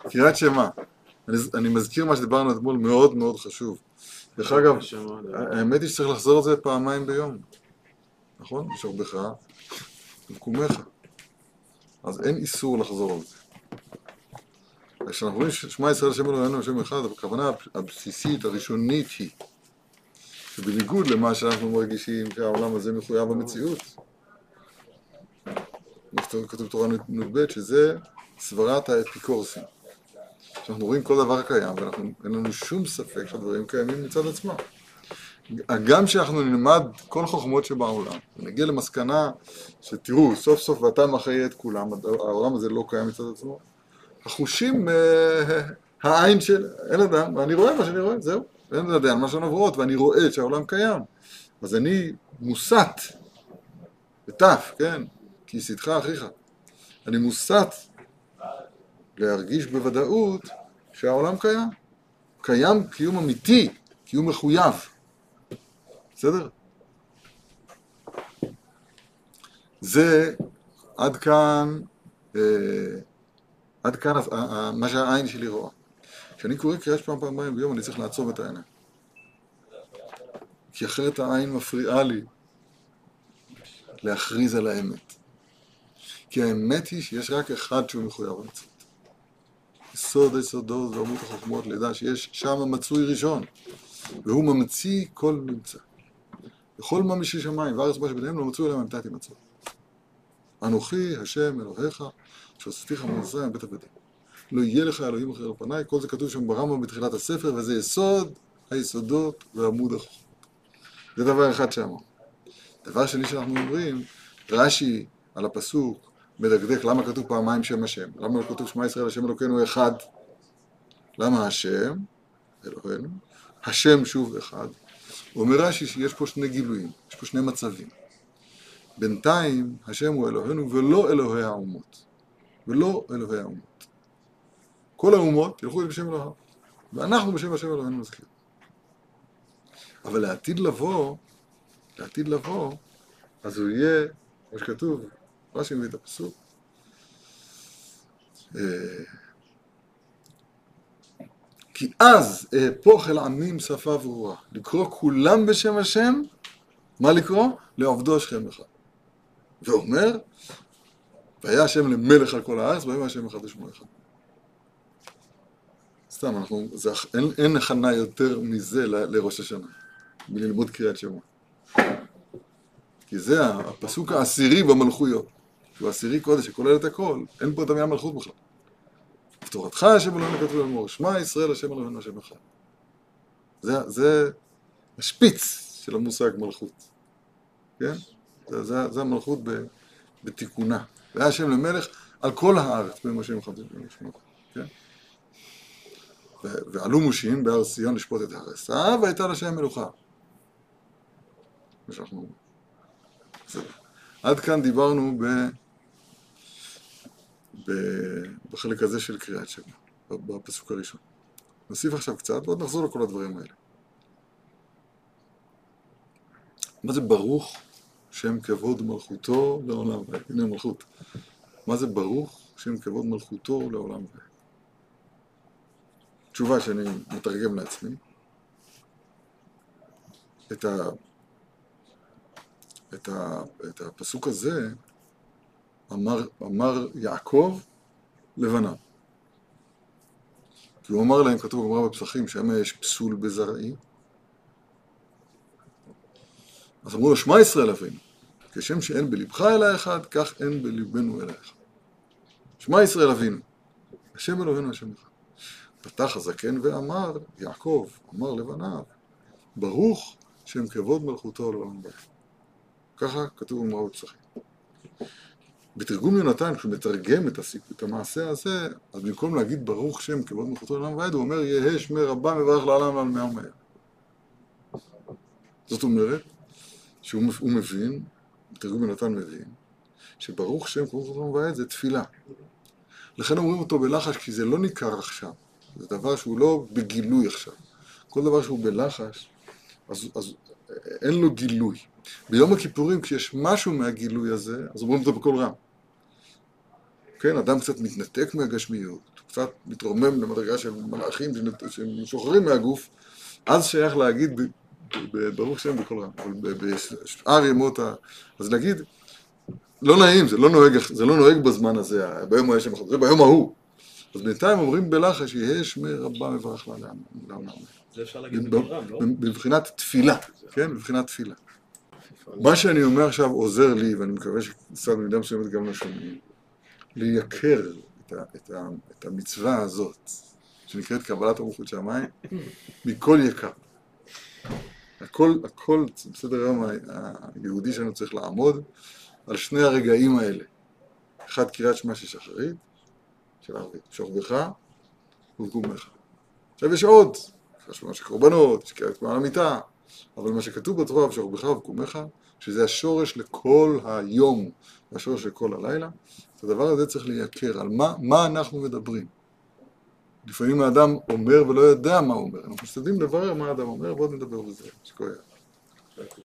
קריאת שמע. אני מזכיר מה שדיברנו אתמול, מאוד מאוד חשוב. דרך אגב, האמת היא שצריך לחזור על זה פעמיים ביום. נכון? משרבך ובקומך. אז אין איסור לחזור על זה. כשאנחנו רואים שמע ישראל השם אלוהינו השם אחד, הכוונה הבסיסית, הראשונית היא, שבניגוד למה שאנחנו מרגישים שהעולם הזה מחויב במציאות, כתוב תורה נ"ב, שזה סברת האפיקורסים. שאנחנו רואים כל דבר קיים, ואין לנו שום ספק שהדברים קיימים מצד עצמם. גם שאנחנו נלמד כל חוכמות שבעולם, ונגיע למסקנה שתראו, סוף סוף ואתה מחיה את כולם, העולם הזה לא קיים מצד עצמו. החושים, העין של, אין אדם, ואני רואה מה שאני רואה, זהו. אין אדם, מה שנוברות, ואני רואה שהעולם קיים. אז אני מוסת, בתף, כן? כי יסיתך אחיך. אני מוסת להרגיש בוודאות שהעולם קיים. קיים קיום אמיתי, קיום מחויב. בסדר? זה עד כאן מה שהעין שלי רואה. כשאני קורא קריאת שמע פעמיים ביום, אני צריך לעצום את העיניים. כי אחרת העין מפריעה לי להכריז על האמת. כי האמת היא שיש רק אחד שהוא מחויב המציאות. יסוד היסודות ועמוד החוכמות לידע שיש שם מצוי ראשון, והוא ממציא כל נמצא. וכל מה משי שמיים וארץ מה שביניהם לא מצוי אלא ממתת ימצוא. אנוכי השם אלוהיך שהוצאתיך ממצרים מבית עבדים. לא יהיה לך אלוהים אחר על פניי, כל זה כתוב שם ברמב"ם בתחילת הספר, וזה יסוד היסודות ועמוד החוכמות. זה דבר אחד שאמרנו. דבר שני שאנחנו אומרים, רש"י על הפסוק מדקדק למה כתוב פעמיים שם השם. למה לא כתוב שמע ישראל השם אלוקינו אחד? למה השם אלוהינו? השם שוב אחד. הוא אומר רש"י שיש פה שני גילויים, יש פה שני מצבים. בינתיים השם הוא אלוהינו ולא אלוהי האומות. ולא אלוהי האומות. כל האומות ילכו בשם אלוהיו, ואנחנו בשם השם אלוהינו נזכיר. אבל לעתיד לבוא, אז הוא יהיה, כמו שכתוב, רש"י מביא את הפסוק, כי אז אהפוך אל עמים שפה ברורה, לקרוא כולם בשם השם, מה לקרוא? לעובדו השכם אחד. ואומר, והיה השם למלך על כל הארץ, והיה השם אחד ושמו אחד. סתם, אין הכנה יותר מזה לראש השנה, מללמוד קריאת שמע. כי זה הפסוק העשירי במלכויות, שהוא עשירי קודש שכולל את הכל, אין פה את המילה מלכות בכלל. תורתך השם אלוהינו כתוב לאמור, שמע ישראל השם אלוהינו השם אחד. זה השפיץ של המושג מלכות. כן? זה המלכות בתיקונה. והיה השם למלך על כל הארץ, בין השם אחד ושמו אחד. כן? ועלו מושיעים בהר ציון לשפוט את הר עשיו, והייתה לשם מלוכה. מה שאנחנו אומרים. עד כאן דיברנו בחלק הזה של קריאת שמע, בפסוק הראשון. נוסיף עכשיו קצת, ועוד נחזור לכל הדברים האלה. מה זה ברוך שם כבוד מלכותו לעולם ועד? הנה מלכות. מה זה ברוך שם כבוד מלכותו לעולם ועד? תשובה שאני מתרגם לעצמי. את הפסוק הזה אמר יעקב לבניו. כי הוא אמר להם, כתוב בגמרא בפסחים, שמה יש פסול בזרעי. אז אמרו לו, שמע ישראל אבינו, כשם שאין בלבך אלא אחד, כך אין בלבנו אלא אחד. שמע ישראל אבינו, השם אלוהינו השם אחד. פתח הזקן ואמר, יעקב אמר לבניו, ברוך שם כבוד מלכותו לעולם ועד. ככה כתוב בגמרא בפסחים. בתרגום יונתן, כשהוא מתרגם את המעשה הזה, אז במקום להגיד ברוך שם כבוד מלכותו לעולם ועד, הוא אומר יהא שמי רבה מברך לעולם ועד מאה ומאה. זאת אומרת, שהוא מבין, בתרגום יונתן מבין, שברוך שם כבוד מלכותו לעולם ועד זה תפילה. לכן אומרים אותו בלחש, כי זה לא ניכר עכשיו. זה דבר שהוא לא בגילוי עכשיו. כל דבר שהוא בלחש, אז אין לו גילוי. ביום הכיפורים, כשיש משהו מהגילוי הזה, אז אומרים אותו בקול רם. כן, אדם קצת מתנתק מהגשמיות, קצת מתרומם למדרגה של מלאכים שמשוחררים מהגוף, אז שייך להגיד ברוך שם בכל רם, אבל בשאר ימות, אז להגיד, לא נעים, זה לא נוהג בזמן הזה, ביום ההוא שמחר, זה ביום ההוא. אז בינתיים אומרים בלחש, יהא שמי רבה מברך לעולם. זה אפשר להגיד בכל רם, לא? בבחינת תפילה, כן? בבחינת תפילה. מה שאני אומר עכשיו עוזר לי, ואני מקווה שקצת במידה מסוימת גם לשומעים, לייקר את המצווה הזאת, שנקראת קבלת ארוחות שמיים, מכל יקר. הכל בסדר היום היהודי שלנו צריך לעמוד על שני הרגעים האלה. אחד קריאת שמע של שחרית, של ערבית, שוכבך ובקומך. עכשיו יש עוד, חשבון של קורבנות, שקריאת שמע למיטה, אבל מה שכתוב בתורה ושוכבך ובקומך, שזה השורש לכל היום, השורש לכל הלילה, את הדבר הזה צריך לייקר, על מה אנחנו מדברים. לפעמים האדם אומר ולא יודע מה הוא אומר, אנחנו משתדלים לברר מה האדם אומר, ועוד נדבר בזה, שכוייך.